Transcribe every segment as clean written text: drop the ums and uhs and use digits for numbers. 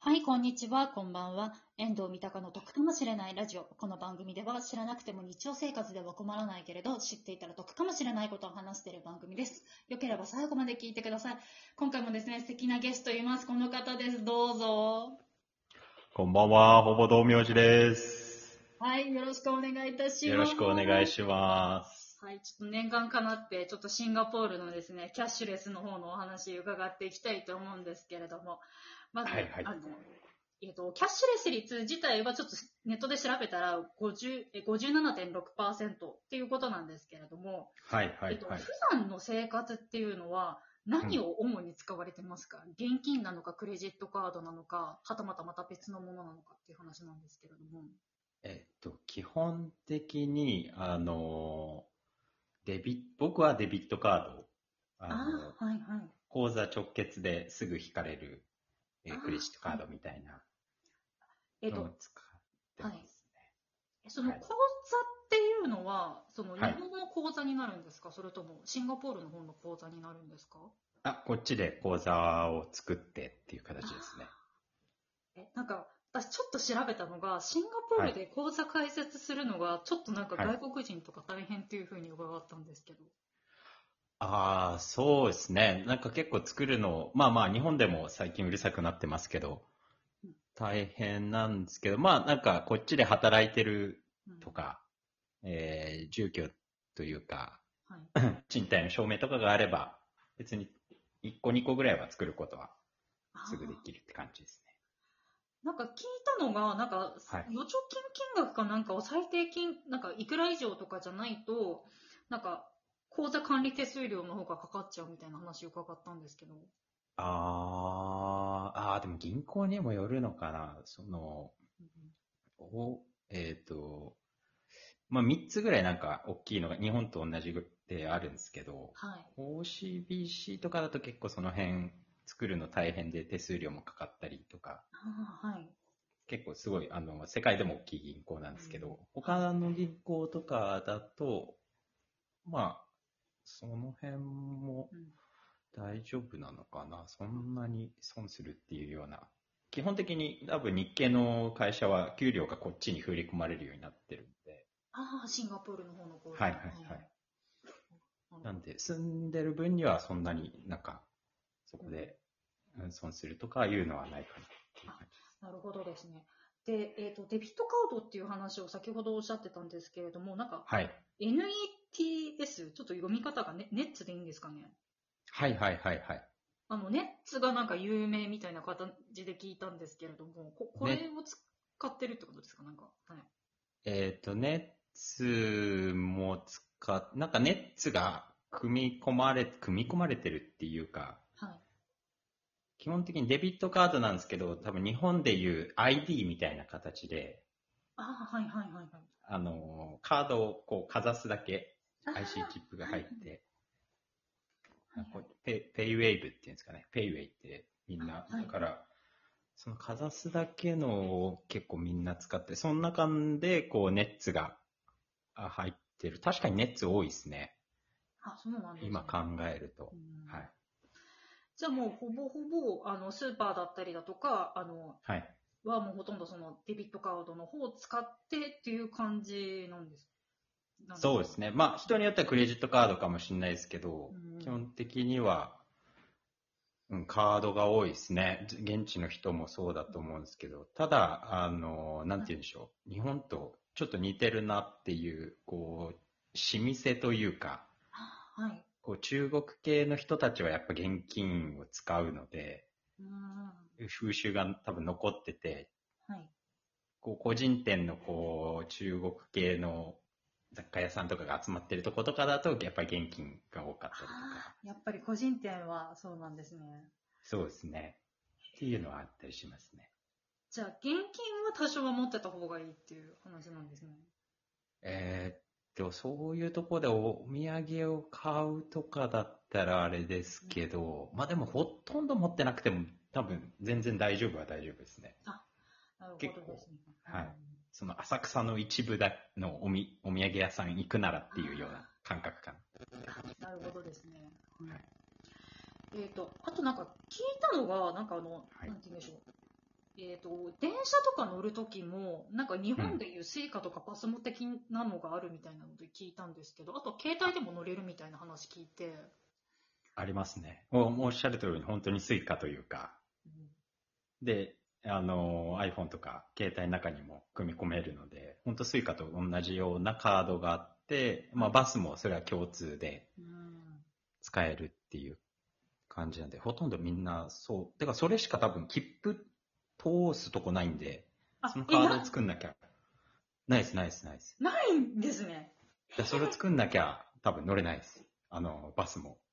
はい、こんにちは、こんばんは。遠藤三鷹の得かもしれないラジオ。この番組では知らなくても日常生活では困らないけれど、知っていたら得かもしれないことを話している番組です。よければ最後まで聞いてください。今回もですね、素敵なゲストいます。この方です。どうぞ。 こんばんは、ほぼ道明寺です。 はい、よろしくお願いいたします。 よろしくお願いします。 はい、ちょっと念願かなって、ちょっとシンガポールのですね、キャッシュレスの方のお話伺っていきたいと思うんですけれども、まず、 はいはい。 キャッシュレス率自体はちょっとネットで調べたら57.6% っていうことなんですけれども、 はいはいはい。 普段の生活っていうのは何を主に使われてますか？現金なのかクレジットカードなのか、はたまたまた別のものなのかっていう話なんですけれども。 基本的に、僕はデビットカード、あの、 はいはい。 口座直結ですぐ引かれる、クレジットカはい。 ードみたいなえっと、 のを使ってはい。 ますそね。はい。 の口座っていうのは、そのはい。 日本の口座になるんですか？それともシンガポールの方の口座になるんですか？ こっちで口座を作ってっていうあ形ですね。 なんか、私ちょっと調べたのが、シンガポーはい。 ルで口座開設するのが、ちょっとなんかはい。 外国人とか大変っていうふうに伺ったんですけど。 そうですね。なんか結構作るの、日本でも最近うるさくなってますけど、 うん。 大変なんですけど、なんかこっちで働いてるうん。 とか、住居というか、 はい。 賃貸の証明とかがあれば、別に1個2個ぐらいは作ることはすぐでああ。 きるって感じですね。 なんか聞いたのが、なんか、 はい。 預貯金金額かなんかを最低金、なんかいくら以上とかじゃないと、なんか、口座管理手数料の方がかかっちゃうみたいな話を伺ったんですけど。 でも銀行にもよるのかな。 うん。 お、えっと、3つぐらいなんか大きいのが日本と同じであるんですけど、 はい。 OCBC とかだと結構その辺作るの大変で手数料もかかったりとか、 はい。 結構すごい、世界でも大きい銀行なんうん。 ですけど、 はい。 他の銀行とかだと、まあ、その辺もうん。 大丈夫なのかな。そんなに損するっていうような。基本的に多分日系の会社は給料がこっちに振り込まれるようになってるんで。 シンガポールの方の口座に。 はいはいはい。 なるほど。 なんで、住んでる分にはそんなになんか、そうん。 こで損するとかいうのはないかなっていうあ、 感じです。 なるほどですね。で、デビットカードっていう話を先ほどおっしゃってたんですけれども、なんか、 はい。 NETS、ちょっと読み方がネッツでいいんですかね。 はいはいはいはい。 ネッツがなんか有名みたいな形で聞いたんですけれども、これね、 を使ってるってことですか？なんか、はい。 ネッツもなんかネッツが組み込まれてるっていうか、 はい。 基本的にデビットカードなんですけど、多分日本でいう ID みたいな形で、 はいはいはいはい。 カードをこうかざすだけ、 ああ、 IC チップがはいはい入って、 はいはい。 ペイウェイブっていうんですかね。ペイウェイってみんな、 はい。 だから、そのかざすだけのを結構みんな使って、その中でこうネッツが入ってる。確かにネッツ多いですね。 そうなんですね。 今考えると。 うん。 はい。 じゃあもうほぼほぼ、スーパーだったりだとか、 はい。 はもうほとんどそのデビットカードの方を使ってっていう感じなんですか？ そうですね。人によってはクレジットカードかもしれないですけど、 うん。 基本的には、カードが多いですね。現地の人もそうだと思うんですけど、ただ、なんはい。 て言うんでしょう。日本とちょっと似てるなっていう、こう、老舗というか、 はい。 こう、中国系の人たちはやっぱ現金を使うので、 うん。 風習が多分残ってて、 はい。 こう、個人店のこう、中国系の雑貨屋さんとかが集まってるとことかだと、やっぱり現金が多かったりとか、 やっぱり個人店はそうなんですね。 そうですね。っていうのはあったりしますね。 じゃあ、現金は多少は持ってた方がいいっていう話なんですね。 そういうところでお土産を買うとかだったらあれですけど、でもほとんど持ってなくても多分全然大丈夫は大丈夫ですね。 なるほ結構、 どですね。うん。 はい。その浅草の一部のお土産屋さん行くならっていうような感覚かな。 なるほどですね。うん。 はい。 あとなんか聞いたのが、なんかはい。 なんて言うんでしょう。 電車とか乗るときも、なんか日本でいうスイカとかパスモ的なのがあるみたいなので聞いたんですけど、あと携帯でも乗れるみたいな話聞いて、 ありますね。おっしゃる通りに本当にスイカというか、で、iPhone とか携帯の中にも組み込めるので、本当スイカと同じようなカードがあって、まあバスもそれは共通で使えるっていう感じなんで、ほとんどみんなそう。てかそれしか多分切符通すとこないんで、そのカードを作んなきゃ。ないです、ないです、ないです。 ないんですね。 でそれを作んなきゃ多分乗れないです。バスも。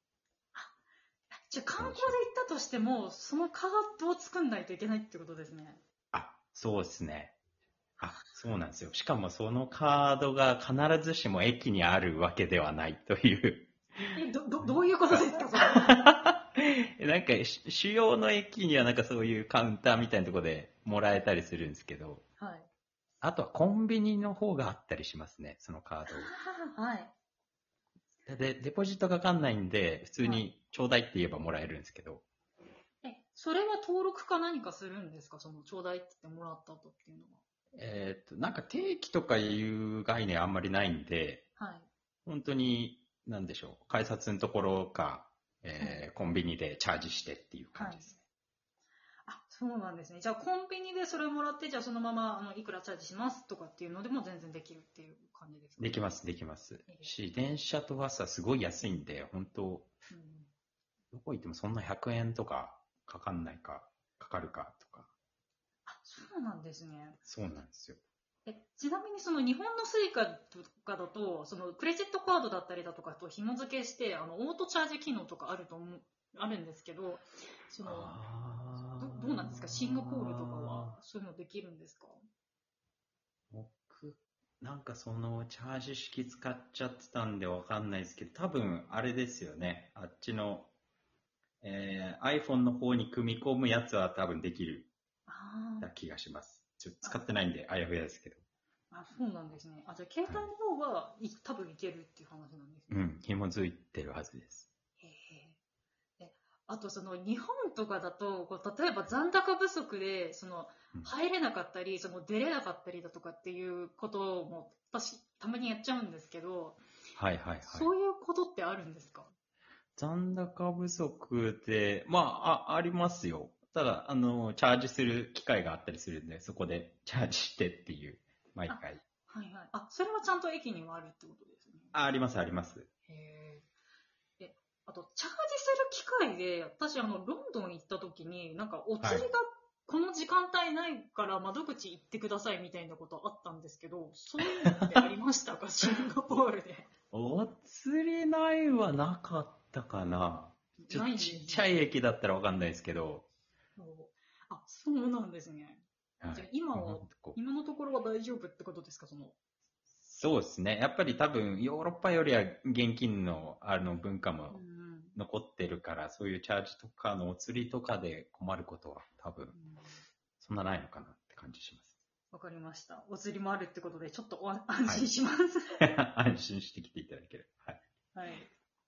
じゃあ観光で行ったとしても、そのカードを作んないといけないってことですね。 あ、そうですね。あ、そうなんですよ。しかもそのカードが必ずしも駅にあるわけではないという。 どういうことですか、それ。 なんか主要の駅にはなんかそういうカウンターみたいなところでもらえたりするんですけど、 はい。 あとはコンビニの方があったりしますね、そのカードを。 はい。 で、デポジットかかんないんで、普通にちょうだいって言えばもらえるんですけど、 それは登録か何かするんですか、そのちょうだいって言ってもらった後っていうのなんか定期とかいう概念あんまりないんで、 は。はい。 本当に、なんでしょう、改札のところか、コンビニでチャージしてっていう感じですね。 あ、そうなんですね。じゃあコンビニでそれをもらって、じゃあそのままいくらチャージしますとかっていうのでも全然できるっていう感じですか？ できます、できます。し、電車とバスはすごい安いんで、本当、どこ行ってもそんな100円とかかかんないか、かかるかとか。 あ、そうなんですね。 そうなんですよ。 ちなみにその日本のスイカとかだと、そのクレジットカードだったりだとかと紐付けして、オートチャージ機能とかあるんですけど、その、どうなんですか、シンガポールとかはそういうのできるんですか？ 僕、なんかそのチャージ式使っちゃってたんでわかんないですけど、多分あれですよね。あっちの、iPhone の方に組み込むやつは多分できるな気がします。ちょっと使ってないんであやふやですけど。 あ、そうなんですね。あ、じゃあ携帯の方は多分いけるっていう話なんですね。 うん、紐づいてるはずです。 へえ。あとその日本とかだと例えば残高不足で入れなかったり出れなかったりだとかっていうことも私たまにやっちゃうんですけど、 はいはいはい。 そういうことってあるんですか？ 残高不足で、まあ、ありますよ。ただ、チャージする機会があったりするんで、そこでチャージしてっていう、毎回。 はいはい。あ、それはちゃんと駅にはあるってことですね。 あります、あります。 へえ。あと、チャージする機会で、私、ロンドン行った時に、なんか、お釣りがこの時間帯ないから窓口行ってくださいみたいなことあったんですけど、そういうのってありましたか？シンガポールで。 お釣りないはなかったかな。ちょっとちっちゃい駅だったらわかんないですけど。 あ、そうなんですね。 はい、 じゃあ今のところは大丈夫ってことですか？ そうですね。やっぱり多分ヨーロッパよりは現金の文化も残ってるから、そういうチャージとかのお釣りとかで困ることは多分そんなないのかなって感じします。 わかりました。お釣りもあるってことでちょっと安心します。 安心してきていただける。はい。 はい。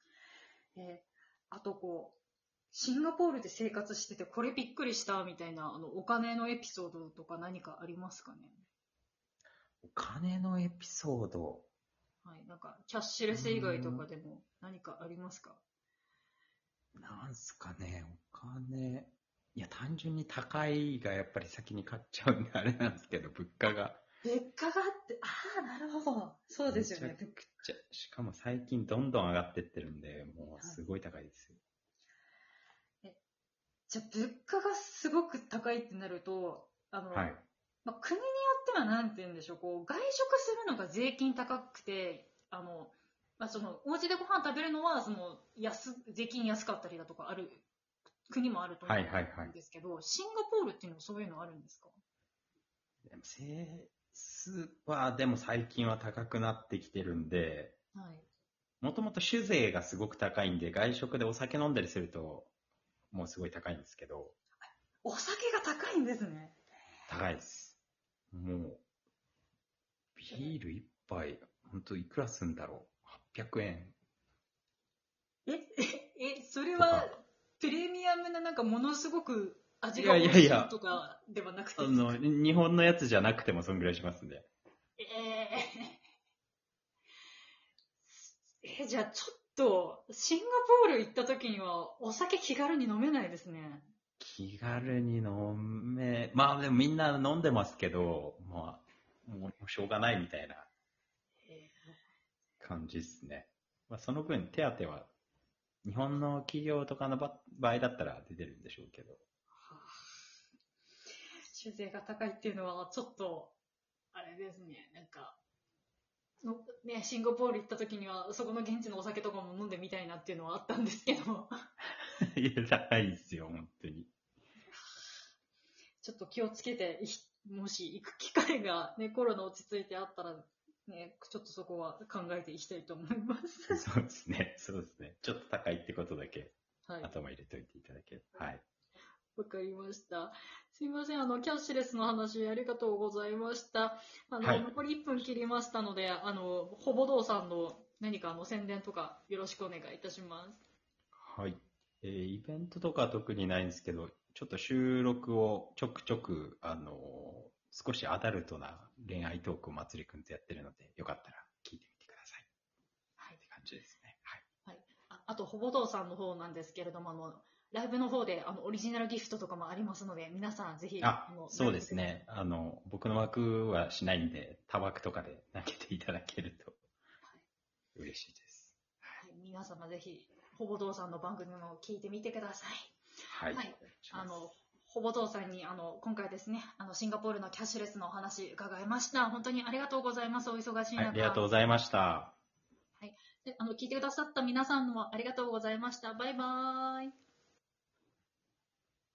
あとシンガポールで生活しててこれびっくりしたみたいなお金のエピソードとか何かありますかね？ お金のエピソード。 はい、なんかキャッシュレス以外とかでも何かありますか？ なんすかね、お金。いや、単純に高いがやっぱり先に買っちゃうんであれなんですけど、物価が。 物価があって、ああ、なるほど。そうですよね。 めちゃくちゃ、しかも最近どんどん上がってってるんで、もうすごい高いですよ。 じゃあ物価がすごく高いってなると、 はい。 国によってはなんて言うんでしょう、外食するのが税金高くて、お家でご飯食べるのは税金安かったりだとかある国もあると思うんですけど、シンガポールっていうのはそういうのあるんですか？ でもスーパーでも最近は高くなってきてるんで、もともと酒税がすごく高いんで、外食でお酒飲んだりすると、もうすごい高いんですけど。 お酒が高いんですね。 高いです。もう、ビール一杯、ほんといくらすんだろう。800円。 それはプレミアムななんかものすごく味が美味しいとかではなくてですか？ 日本のやつじゃなくてもそんぐらいしますね。 じゃあちょっと、シンガポール行った時にはお酒気軽に飲めないですね。 気軽にまあでもみんな飲んでますけど、まあ、もうしょうがないみたいな感じですね。まあ、その分手当は、日本の企業とかの場合だったら出てるんでしょうけど。 酒税が高いっていうのはちょっと、あれですね、なんか、ね、シンガポール行った時には、そこの現地のお酒とかも飲んでみたいなっていうのはあったんですけど。 いや、高いですよ、本当に。 ちょっと気をつけて、もし行く機会が、ね、コロナ落ち着いてあったら、ね、ちょっとそこは考えていきたいと思います。 そうですね、そうですね。ちょっと高いってことだけ、 はい。 頭入れといていただける。はい。 わかりました。すいません。キャッシュレスの話ありがとうございました。 はい。 残り1分切りましたので、ほぼどうさんの何か宣伝とかよろしくお願いいたします。 はい。イベントとかは特にないんですけど、ちょっと収録をちょくちょく、少しアダルトな恋愛トークをまつりくんとやってるので、よかったら聞いてみてください。 はい。 って感じですね。はい。 はい。あと、ほぼどうさんの方なんですけれども、ライブの方でオリジナルギフトとかもありますので、皆さんぜひ、 そうですね。僕の枠はしないんで、他枠とかで投げていただけると嬉しいです。 はい。皆様ぜひ、ほぼどうさんの番組も聞いてみてください。 はい。はい。 ほぼどうさんに、今回ですね、シンガポールのキャッシュレスのお話伺いました。本当にありがとうございます。お忙しい中。 ありがとうございました。 はい。で聞いてくださった皆さんもありがとうございました。バイバーイ。